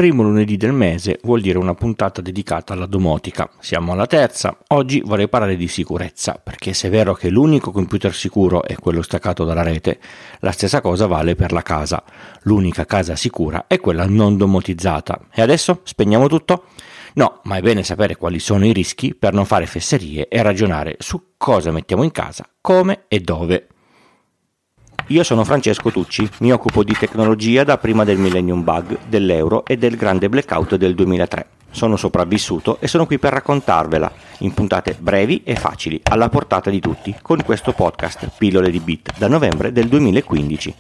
primo lunedì del mese vuol dire una puntata dedicata alla domotica. Siamo alla terza. Oggi vorrei parlare di sicurezza, perché se è vero che l'unico computer sicuro è quello staccato dalla rete, la stessa cosa vale per la casa. L'unica casa sicura è quella non domotizzata. E adesso spegniamo tutto? No, ma è bene sapere quali sono i rischi per non fare fesserie e ragionare su cosa mettiamo in casa, come e dove. Io sono Francesco Tucci, mi occupo di tecnologia da prima del Millennium Bug, dell'euro e del grande blackout del 2003. Sono sopravvissuto e sono qui per raccontarvela, in puntate brevi e facili, alla portata di tutti, con questo podcast Pillole di Bit da novembre del 2015.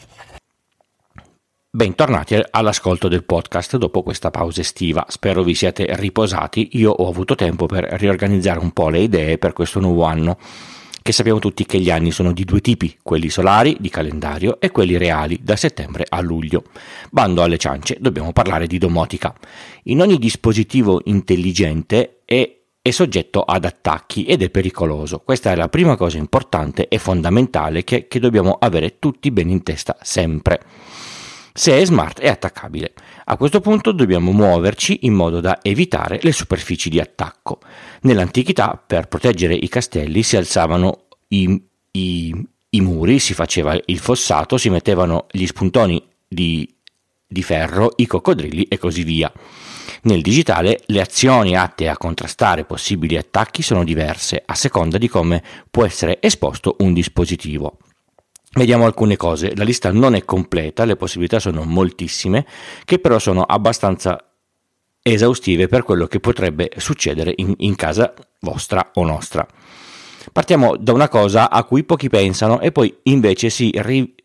Bentornati all'ascolto del podcast dopo questa pausa estiva. Spero vi siate riposati. Io ho avuto tempo per riorganizzare un po' le idee per questo nuovo anno, che sappiamo tutti che gli anni sono di due tipi, quelli solari, di calendario, e quelli reali, da settembre a luglio. Bando alle ciance, dobbiamo parlare di domotica. In ogni dispositivo intelligente è soggetto ad attacchi ed è pericoloso. Questa è la prima cosa importante e fondamentale che dobbiamo avere tutti ben in testa sempre. Se è smart è attaccabile. A questo punto dobbiamo muoverci in modo da evitare le superfici di attacco. Nell'antichità, per proteggere i castelli, si alzavano i muri, si faceva il fossato, si mettevano gli spuntoni di ferro, i coccodrilli e così via. Nel digitale le azioni atte a contrastare possibili attacchi sono diverse a seconda di come può essere esposto un dispositivo. Vediamo alcune cose, la lista non è completa, le possibilità sono moltissime, che però sono abbastanza esaustive per quello che potrebbe succedere in casa vostra o nostra. Partiamo da una cosa a cui pochi pensano e poi invece si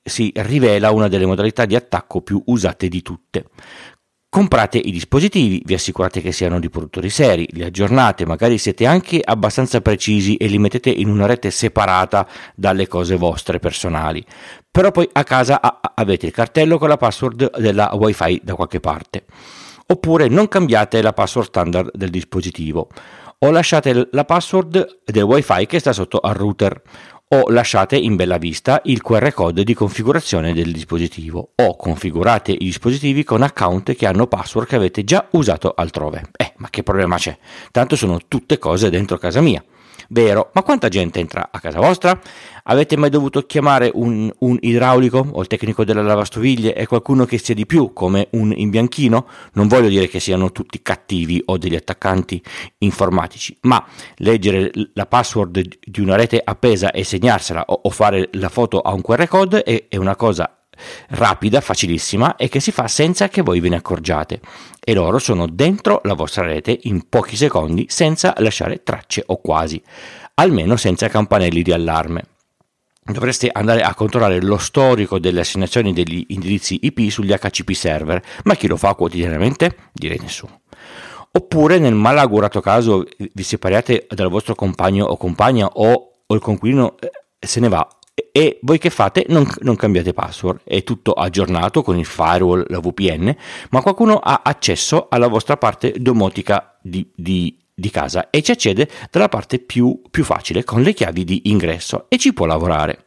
rivela una delle modalità di attacco più usate di tutte. Comprate i dispositivi, vi assicurate che siano di produttori seri, li aggiornate, magari siete anche abbastanza precisi e li mettete in una rete separata dalle cose vostre personali. Però poi a casa avete il cartello con la password della Wi-Fi da qualche parte. Oppure non cambiate la password standard del dispositivo, o lasciate la password del Wi-Fi che sta sotto al router, o lasciate in bella vista il QR code di configurazione del dispositivo, o configurate i dispositivi con account che hanno password che avete già usato altrove. Ma che problema c'è? Tanto sono tutte cose dentro casa mia. Vero, ma quanta gente entra a casa vostra? Avete mai dovuto chiamare un idraulico o il tecnico della lavastoviglie e qualcuno che sia di più, come un imbianchino? Non voglio dire che siano tutti cattivi o degli attaccanti informatici, ma leggere la password di una rete appesa e segnarsela o fare la foto a un QR code è una cosa rapida, facilissima e che si fa senza che voi ve ne accorgiate, e loro sono dentro la vostra rete in pochi secondi senza lasciare tracce o quasi, almeno senza campanelli di allarme. Dovreste andare a controllare lo storico delle assegnazioni degli indirizzi IP sugli HCP server, ma chi lo fa quotidianamente? Direi nessuno. Oppure nel malaugurato caso vi separiate dal vostro compagno o compagna o il coinquilino se ne va, e voi che fate? Non cambiate password, è tutto aggiornato con il firewall, la VPN, ma qualcuno ha accesso alla vostra parte domotica di casa e ci accede dalla parte più facile con le chiavi di ingresso e ci può lavorare.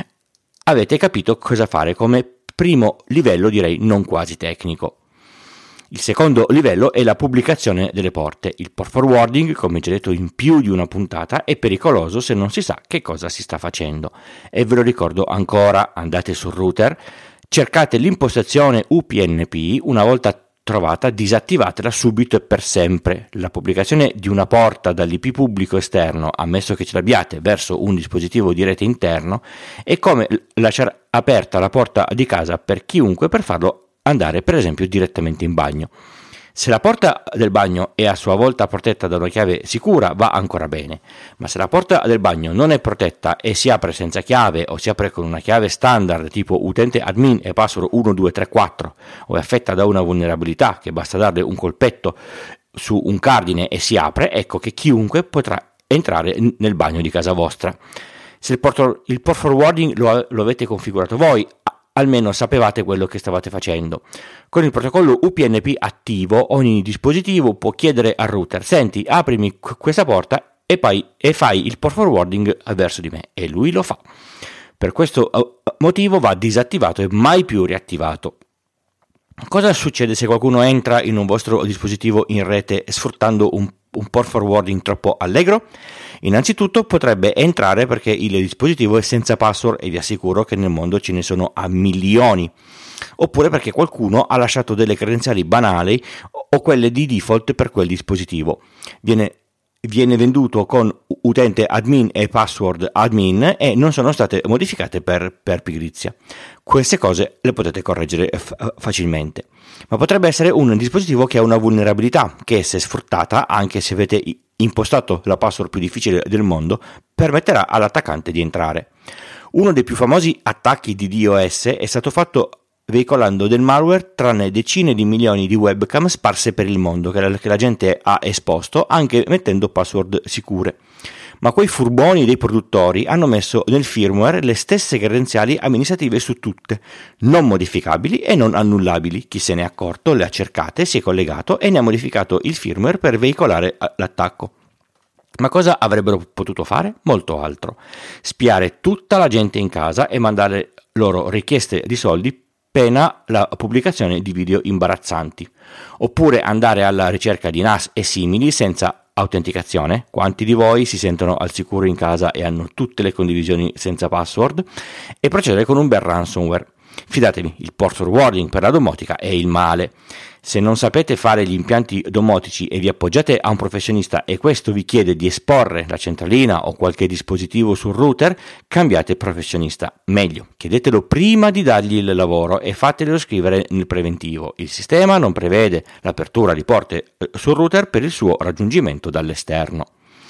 Avete capito cosa fare come primo livello, direi non quasi tecnico. Il secondo livello è la pubblicazione delle porte. Il port forwarding, come già detto in più di una puntata, è pericoloso se non si sa che cosa si sta facendo. E ve lo ricordo ancora, andate sul router, cercate l'impostazione UPnP, una volta trovata disattivatela subito e per sempre. La pubblicazione di una porta dall'IP pubblico esterno, ammesso che ce l'abbiate, verso un dispositivo di rete interno, è come lasciare aperta la porta di casa per chiunque per farlo andare per esempio direttamente in bagno. Se la porta del bagno è a sua volta protetta da una chiave sicura va ancora bene, ma se la porta del bagno non è protetta e si apre senza chiave o si apre con una chiave standard tipo utente admin e password 1234 o è affetta da una vulnerabilità che basta darle un colpetto su un cardine e si apre, ecco che chiunque potrà entrare nel bagno di casa vostra. Se il port forwarding lo avete configurato voi, almeno sapevate quello che stavate facendo. Con il protocollo UPnP attivo ogni dispositivo può chiedere al router: senti, aprimi questa porta e fai il port forwarding verso di me, e lui lo fa. Per questo motivo va disattivato e mai più riattivato. Cosa succede se qualcuno entra in un vostro dispositivo in rete sfruttando un port forwarding troppo allegro? Innanzitutto potrebbe entrare perché il dispositivo è senza password e vi assicuro che nel mondo ce ne sono a milioni. Oppure perché qualcuno ha lasciato delle credenziali banali o quelle di default per quel dispositivo. Viene venduto con utente admin e password admin e non sono state modificate per pigrizia. Queste cose le potete correggere facilmente. Ma potrebbe essere un dispositivo che ha una vulnerabilità che, se sfruttata, anche se avete impostato la password più difficile del mondo, permetterà all'attaccante di entrare. Uno dei più famosi attacchi di DOS è stato fatto veicolando del malware tranne decine di milioni di webcam sparse per il mondo che la gente ha esposto, anche mettendo password sicure. Ma quei furboni dei produttori hanno messo nel firmware le stesse credenziali amministrative su tutte, non modificabili e non annullabili. Chi se ne è accorto le ha cercate, si è collegato e ne ha modificato il firmware per veicolare l'attacco. Ma cosa avrebbero potuto fare? Molto altro. Spiare tutta la gente in casa e mandare loro richieste di soldi pena la pubblicazione di video imbarazzanti, oppure andare alla ricerca di NAS e simili senza autenticazione. Quanti di voi si sentono al sicuro in casa e hanno tutte le condivisioni senza password? E procedere con un bel ransomware. Fidatevi, il port forwarding per la domotica è il male. Se non sapete fare gli impianti domotici e vi appoggiate a un professionista e questo vi chiede di esporre la centralina o qualche dispositivo sul router, cambiate professionista. Meglio, chiedetelo prima di dargli il lavoro e fatelo scrivere nel preventivo. Il sistema non prevede l'apertura di porte sul router per il suo raggiungimento dall'esterno.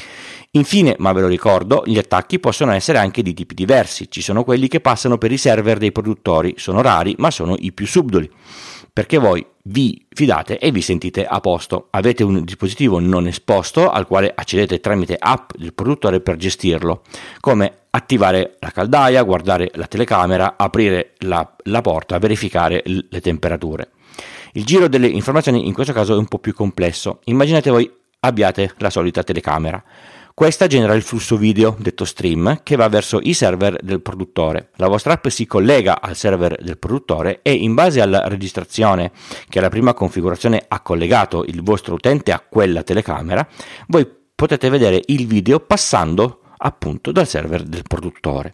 Infine, ma ve lo ricordo, gli attacchi possono essere anche di tipi diversi. Ci sono quelli che passano per i server dei produttori, sono rari ma sono i più subdoli, perché voi vi fidate e vi sentite a posto. Avete un dispositivo non esposto al quale accedete tramite app del produttore per gestirlo, come attivare la caldaia, guardare la telecamera, aprire la porta, verificare le temperature. Il giro delle informazioni in questo caso è un po' più complesso. Immaginate voi abbiate la solita telecamera. Questa genera il flusso video, detto stream, che va verso i server del produttore. La vostra app si collega al server del produttore e, in base alla registrazione che la prima configurazione ha collegato il vostro utente a quella telecamera, voi potete vedere il video passando appunto dal server del produttore.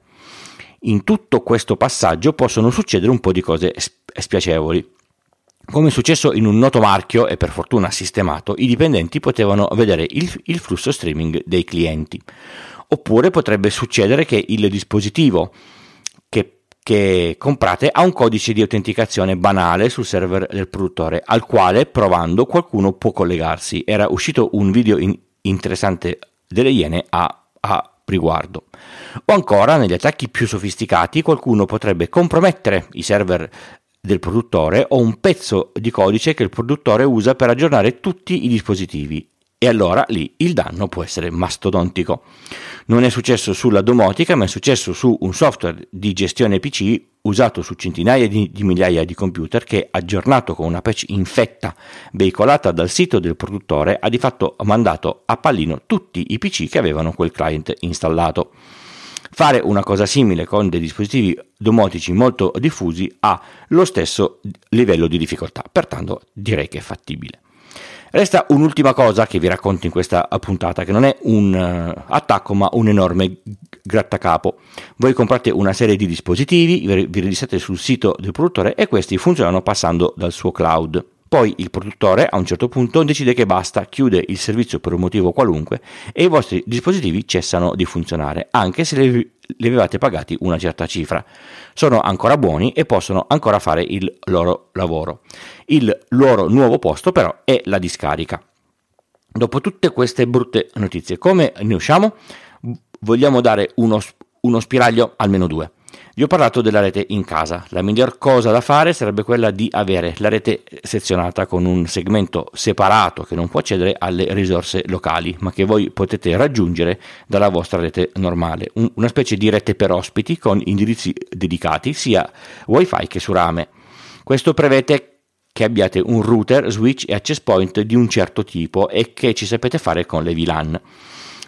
In tutto questo passaggio possono succedere un po' di cose spiacevoli. Come è successo in un noto marchio e per fortuna sistemato, i dipendenti potevano vedere il flusso streaming dei clienti. Oppure potrebbe succedere che il dispositivo che comprate ha un codice di autenticazione banale sul server del produttore, al quale, provando, qualcuno può collegarsi. Era uscito un video interessante delle Iene a riguardo. O ancora, negli attacchi più sofisticati, qualcuno potrebbe compromettere i server del produttore o un pezzo di codice che il produttore usa per aggiornare tutti i dispositivi, e allora lì il danno può essere mastodontico. Non è successo sulla domotica, ma è successo su un software di gestione PC usato su centinaia di migliaia di computer che, aggiornato con una patch infetta veicolata dal sito del produttore, ha di fatto mandato a pallino tutti i PC che avevano quel client installato. Fare una cosa simile con dei dispositivi domotici molto diffusi ha lo stesso livello di difficoltà, pertanto direi che è fattibile. Resta un'ultima cosa che vi racconto in questa puntata, che non è un attacco ma un enorme grattacapo. Voi comprate una serie di dispositivi, vi registrate sul sito del produttore e questi funzionano passando dal suo cloud. Poi il produttore a un certo punto decide che basta, chiude il servizio per un motivo qualunque e i vostri dispositivi cessano di funzionare, anche se li avevate pagati una certa cifra. Sono ancora buoni e possono ancora fare il loro lavoro. Il loro nuovo posto però è la discarica. Dopo tutte queste brutte notizie, come ne usciamo? Vogliamo dare uno spiraglio, almeno due. Vi ho parlato della rete in casa. La miglior cosa da fare sarebbe quella di avere la rete sezionata con un segmento separato che non può accedere alle risorse locali, ma che voi potete raggiungere dalla vostra rete normale. Una specie di rete per ospiti con indirizzi dedicati sia wifi che su rame. Questo prevede che abbiate un router, switch e access point di un certo tipo e che ci sapete fare con le VLAN.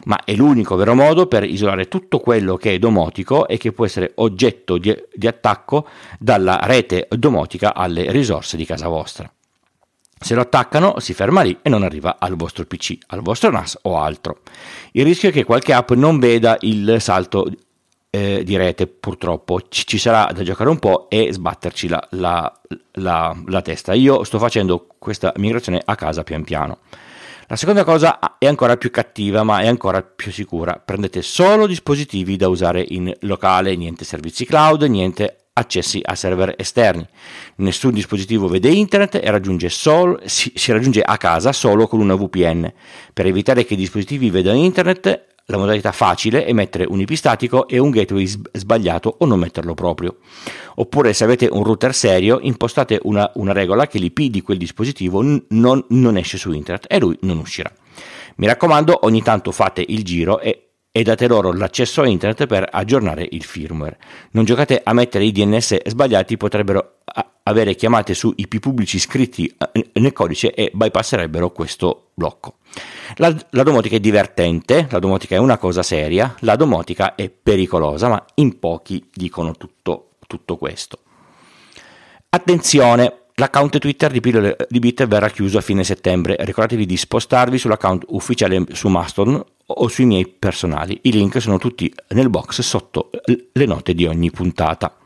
ma è l'unico vero modo per isolare tutto quello che è domotico e che può essere oggetto di attacco dalla rete domotica alle risorse di casa vostra. Se lo attaccano si ferma lì e non arriva al vostro PC, al vostro NAS o altro. Il rischio è che qualche app non veda il salto di rete, purtroppo ci sarà da giocare un po' e sbatterci la testa. Io sto facendo questa migrazione a casa pian piano. La seconda cosa è ancora più cattiva, ma è ancora più sicura. Prendete solo dispositivi da usare in locale, niente servizi cloud, niente accessi a server esterni. Nessun dispositivo vede internet e si raggiunge a casa solo con una VPN. Per evitare che i dispositivi vedano internet, la modalità facile è mettere un IP statico e un gateway sbagliato o non metterlo proprio. Oppure, se avete un router serio, impostate una regola che l'IP di quel dispositivo non esce su internet e lui non uscirà. Mi raccomando, ogni tanto fate il giro e date loro l'accesso a internet per aggiornare il firmware. Non giocate a mettere i DNS sbagliati, potrebbero avere chiamate su IP pubblici scritti nel codice e bypasserebbero questo blocco. La domotica è divertente, la domotica è una cosa seria, la domotica è pericolosa, ma in pochi dicono tutto questo. Attenzione! L'account Twitter di Pillole di Bit verrà chiuso a fine settembre. Ricordatevi di spostarvi sull'account ufficiale su Mastodon o sui miei personali. I link sono tutti nel box sotto le note di ogni puntata.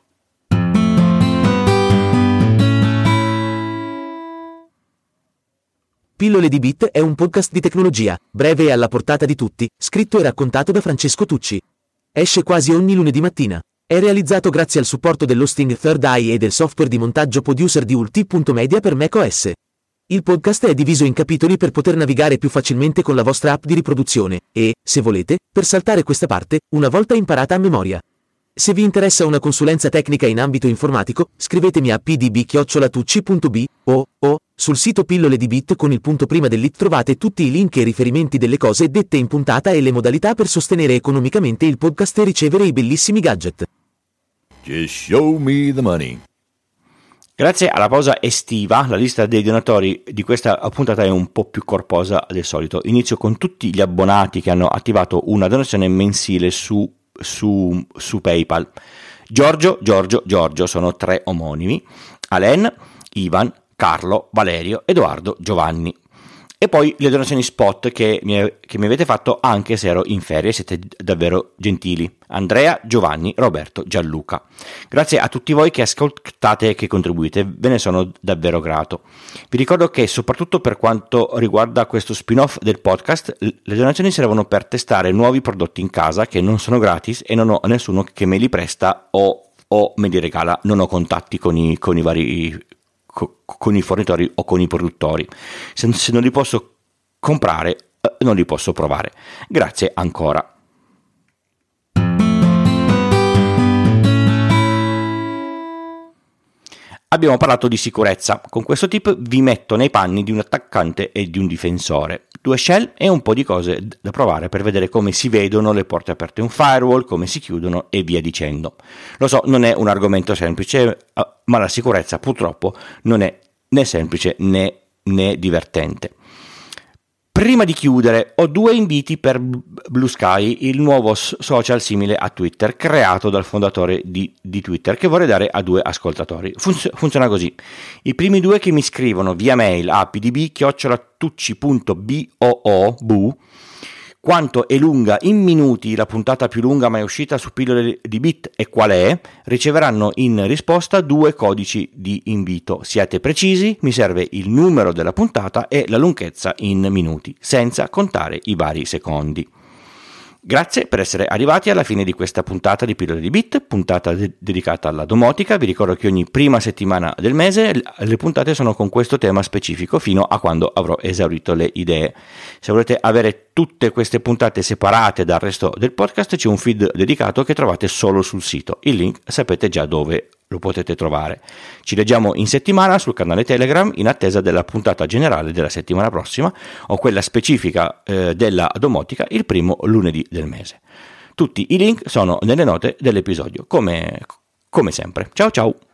Pillole di Bit è un podcast di tecnologia, breve e alla portata di tutti, scritto e raccontato da Francesco Tucci. Esce quasi ogni lunedì mattina. È realizzato grazie al supporto dell'hosting Third Eye e del software di montaggio Producer di Ulti.media per macOS. Il podcast è diviso in capitoli per poter navigare più facilmente con la vostra app di riproduzione e, se volete, per saltare questa parte, una volta imparata a memoria. Se vi interessa una consulenza tecnica in ambito informatico, scrivetemi a pdb@tucci.b o sul sito Pillole di Bit con il punto prima dell'it trovate tutti i link e riferimenti delle cose dette in puntata e le modalità per sostenere economicamente il podcast e ricevere i bellissimi gadget. Just show me the money. Grazie alla pausa estiva, la lista dei donatori di questa puntata è un po' più corposa del solito. Inizio con tutti gli abbonati che hanno attivato una donazione mensile su PayPal. Giorgio, sono 3 omonimi: Alen, Ivan, Carlo, Valerio, Edoardo, Giovanni. E poi le donazioni spot che mi avete fatto anche se ero in ferie, siete davvero gentili: Andrea, Giovanni, Roberto, Gianluca. Grazie a tutti voi che ascoltate e che contribuite, ve ne sono davvero grato. Vi ricordo che soprattutto per quanto riguarda questo spin-off del podcast, le donazioni servono per testare nuovi prodotti in casa che non sono gratis e non ho nessuno che me li presta o me li regala. Non ho contatti con i fornitori o con i produttori. Se non li posso comprare, non li posso provare. Grazie ancora. Abbiamo parlato di sicurezza. Con questo tip vi metto nei panni di un attaccante e di un difensore. 2 shell e un po' di cose da provare per vedere come si vedono le porte aperte in un firewall, come si chiudono e via dicendo. Lo so, non è un argomento semplice, ma la sicurezza purtroppo non è né semplice né divertente. Prima di chiudere, ho 2 inviti per Blue Sky, il nuovo social simile a Twitter, creato dal fondatore di Twitter, che vorrei dare a 2 ascoltatori. Funziona così: i primi 2 che mi scrivono via mail a pdb@tucci.boo quanto è lunga in minuti la puntata più lunga mai uscita su Pillole di Bit e qual è, riceveranno in risposta 2 codici di invito. Siate precisi, mi serve il numero della puntata e la lunghezza in minuti, senza contare i vari secondi. Grazie per essere arrivati alla fine di questa puntata di Pillole di Bit, puntata dedicata alla domotica. Vi ricordo che ogni prima settimana del mese le puntate sono con questo tema specifico fino a quando avrò esaurito le idee. Se volete avere tutte queste puntate separate dal resto del podcast, c'è un feed dedicato che trovate solo sul sito. Il link sapete già dove lo potete trovare. Ci leggiamo in settimana sul canale Telegram in attesa della puntata generale della settimana prossima o quella specifica della domotica il primo lunedì del mese. Tutti i link sono nelle note dell'episodio, come sempre. Ciao ciao!